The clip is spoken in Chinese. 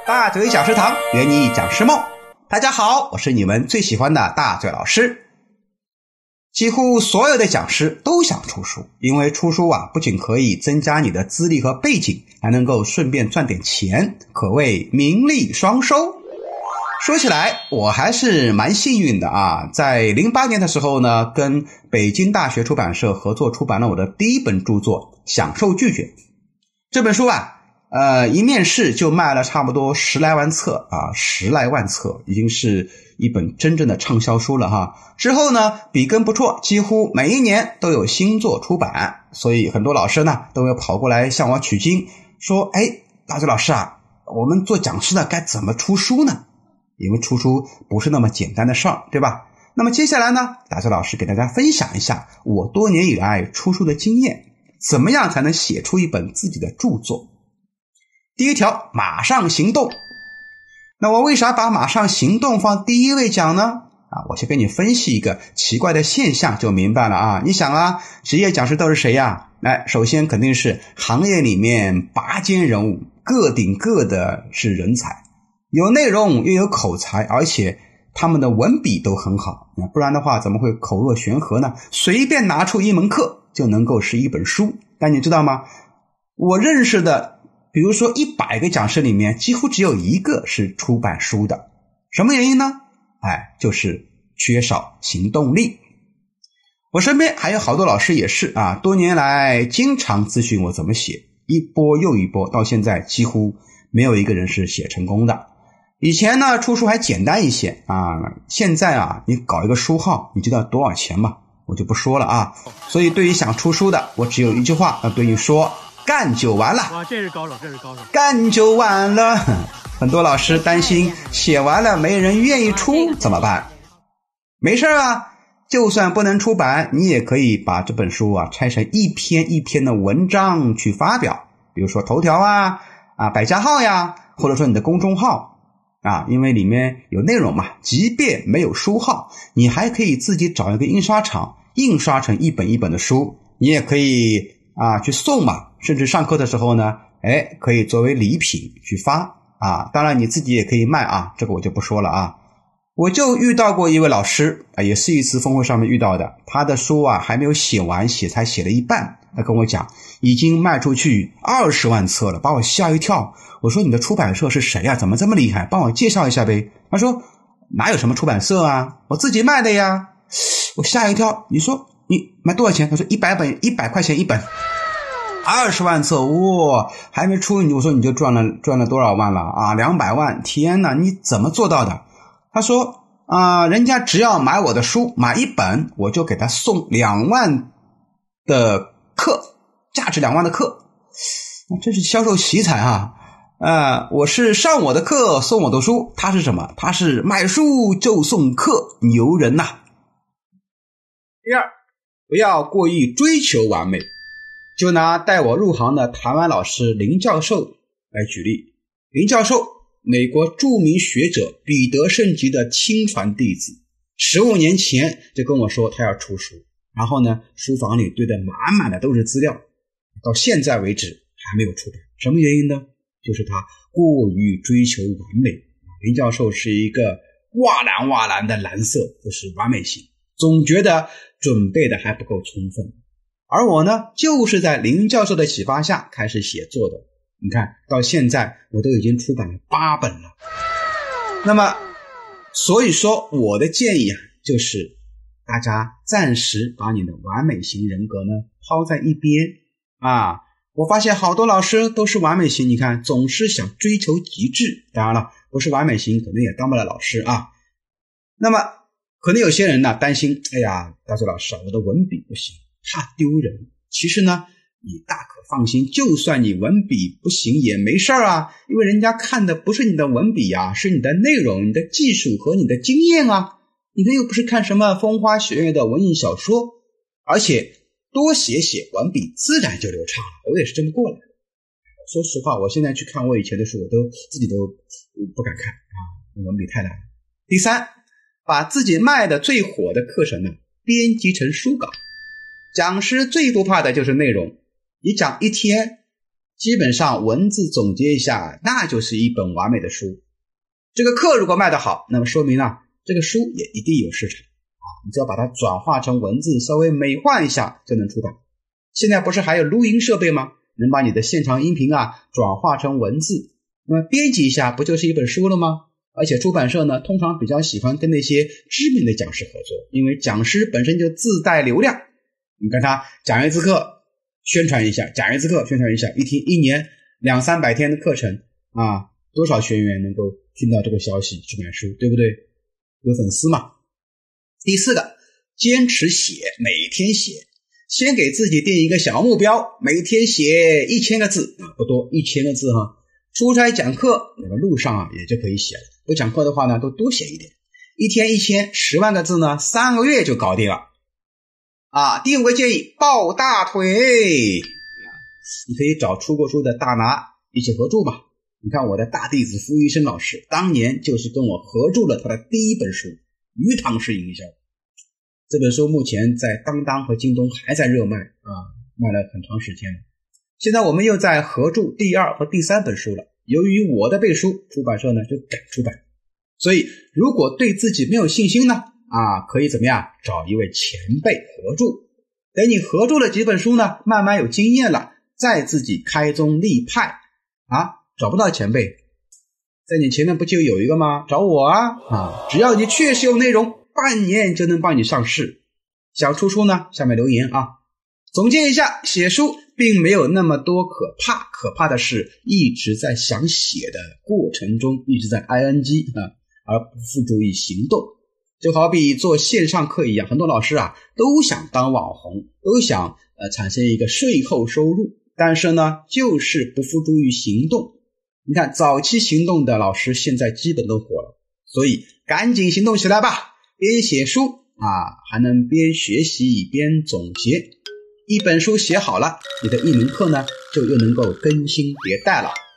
大嘴讲师堂，圆你讲师梦。大家好，我是你们最喜欢的大嘴老师。几乎所有的讲师都想出书，因为出书不仅可以增加你的资历和背景，还能够顺便赚点钱，可谓名利双收。说起来我还是蛮幸运的在08年的时候呢，跟北京大学出版社合作出版了我的第一本著作《享受拒绝》。这本书一面世就卖了差不多10来万册10来万册，已经是一本真正的畅销书了之后呢，笔耕不辍，几乎每一年都有新作出版，所以很多老师呢都会跑过来向我取经，说大嘴老师我们做讲师的该怎么出书呢？因为出书不是那么简单的事儿，对吧？那么接下来呢，大嘴老师给大家分享一下我多年以来出书的经验，怎么样才能写出一本自己的著作。第一条，马上行动。那我为啥把马上行动放第一位讲呢？我先跟你分析一个奇怪的现象就明白了你想职业讲师都是谁首先肯定是行业里面拔尖人物，个顶个的是人才，有内容又有口才，而且他们的文笔都很好，不然的话怎么会口若悬河呢？随便拿出一门课就能够是一本书。但你知道吗？我认识的比如说100个讲师里面几乎只有1个是出版书的。什么原因呢？就是缺少行动力。我身边还有好多老师也是多年来经常咨询我怎么写，一波又一波，到现在几乎没有一个人是写成功的。以前呢出书还简单一些现在你搞一个书号，你知道多少钱吗？我就不说了所以对于想出书的，我只有一句话要对你说，干就完了。 哇，这是高手， 干就完了。很多老师担心写完了没人愿意出怎么办？没事就算不能出版，你也可以把这本书拆成一篇一篇的文章去发表，比如说头条百家号或者说你的公众号因为里面有内容嘛，即便没有书号，你还可以自己找一个印刷厂印刷成一本一本的书，你也可以去送甚至上课的时候呢可以作为礼品去发当然你自己也可以卖这个我就不说了我就遇到过一位老师也是一次峰会上面遇到的，他的书还没有写完，才写了一半，他跟我讲已经卖出去20万册了，把我吓一跳。我说你的出版社是谁怎么这么厉害，帮我介绍一下呗。他说哪有什么出版社我自己卖的呀。我吓一跳，你说你卖多少钱？他说100块钱一本，20万册还没出，我说你就赚了多少万了200万，天哪，你怎么做到的？他说人家只要买我的书，买一本我就给他送2万的课，价值2万的课，这是销售奇才我是上我的课送我的书，他是什么？他是买书就送课，牛人呐。第二，不要过于追求完美。就拿带我入行的台湾老师林教授来举例。林教授，美国著名学者彼得圣吉的亲传弟子，15年前就跟我说他要出书，然后呢书房里堆得满满的都是资料，到现在为止还没有出版。什么原因呢？就是他过于追求完美。林教授是一个哇蓝哇蓝的蓝色，就是完美型，总觉得准备的还不够充分。而我呢，就是在林教授的启发下开始写作的。你看到现在我都已经出版了8本了。那么所以说我的建议就是大家暂时把你的完美型人格呢抛在一边我发现好多老师都是完美型，你看总是想追求极致，当然了不是完美型可能也当不了老师那么可能有些人呢担心，大嘴老师我的文笔不行，怕丢人。其实呢你大可放心，就算你文笔不行也没事因为人家看的不是你的文笔是你的内容、你的技术和你的经验你又不是看什么风花雪月的文艺小说，而且多写文笔自然就流畅了，我也是这么过来的。说实话，我现在去看我以前的书，我自己都不敢看文笔太难了。第三，把自己卖的最火的课程呢编辑成书稿。讲师最不怕的就是内容，你讲1天基本上文字总结一下，那就是一本完美的书。这个课如果卖得好，那么说明这个书也一定有市场你只要把它转化成文字，稍微美化一下就能出版。现在不是还有录音设备吗？能把你的现场音频转化成文字，那么编辑一下不就是一本书了吗？而且出版社呢，通常比较喜欢跟那些知名的讲师合作，因为讲师本身就自带流量。你看他讲一次课宣传一下，讲一次课宣传一下，一年200-300天的课程多少学员能够听到这个消息去买书，对不对？有粉丝嘛。第4个，坚持写，每天写。先给自己定一个小目标，每天写1000个字不多，1000个字出差讲课那个路上也就可以写了。不讲课的话呢，都多写一点。一天1000，10万个字呢，3个月就搞定了。第5个建议，抱大腿。你可以找出过书的大拿一起合著嘛。你看我的大弟子傅医生老师，当年就是跟我合著了他的第一本书《鱼塘式营销》。这本书目前在当当和京东还在热卖卖了很长时间了。现在我们又在合著第2和第3本书了。由于我的背书，出版社呢就敢出版。所以如果对自己没有信心呢可以怎么样？找一位前辈合著。等你合著了几本书呢，慢慢有经验了，再自己开宗立派找不到前辈，在你前面不就有一个吗？找我只要你确实有内容，半年就能帮你上市。想出书呢，下面留言总结一下，写书并没有那么多可怕的是一直在想写的过程中一直在 ing 而不付诸于行动。就好比做线上课一样，很多老师都想当网红，都想产生一个税后收入，但是呢就是不付诸于行动。你看早期行动的老师现在基本都火了，所以赶紧行动起来吧，边写书还能边学习边总结。一本书写好了，你的一门课呢就又能够更新迭代了。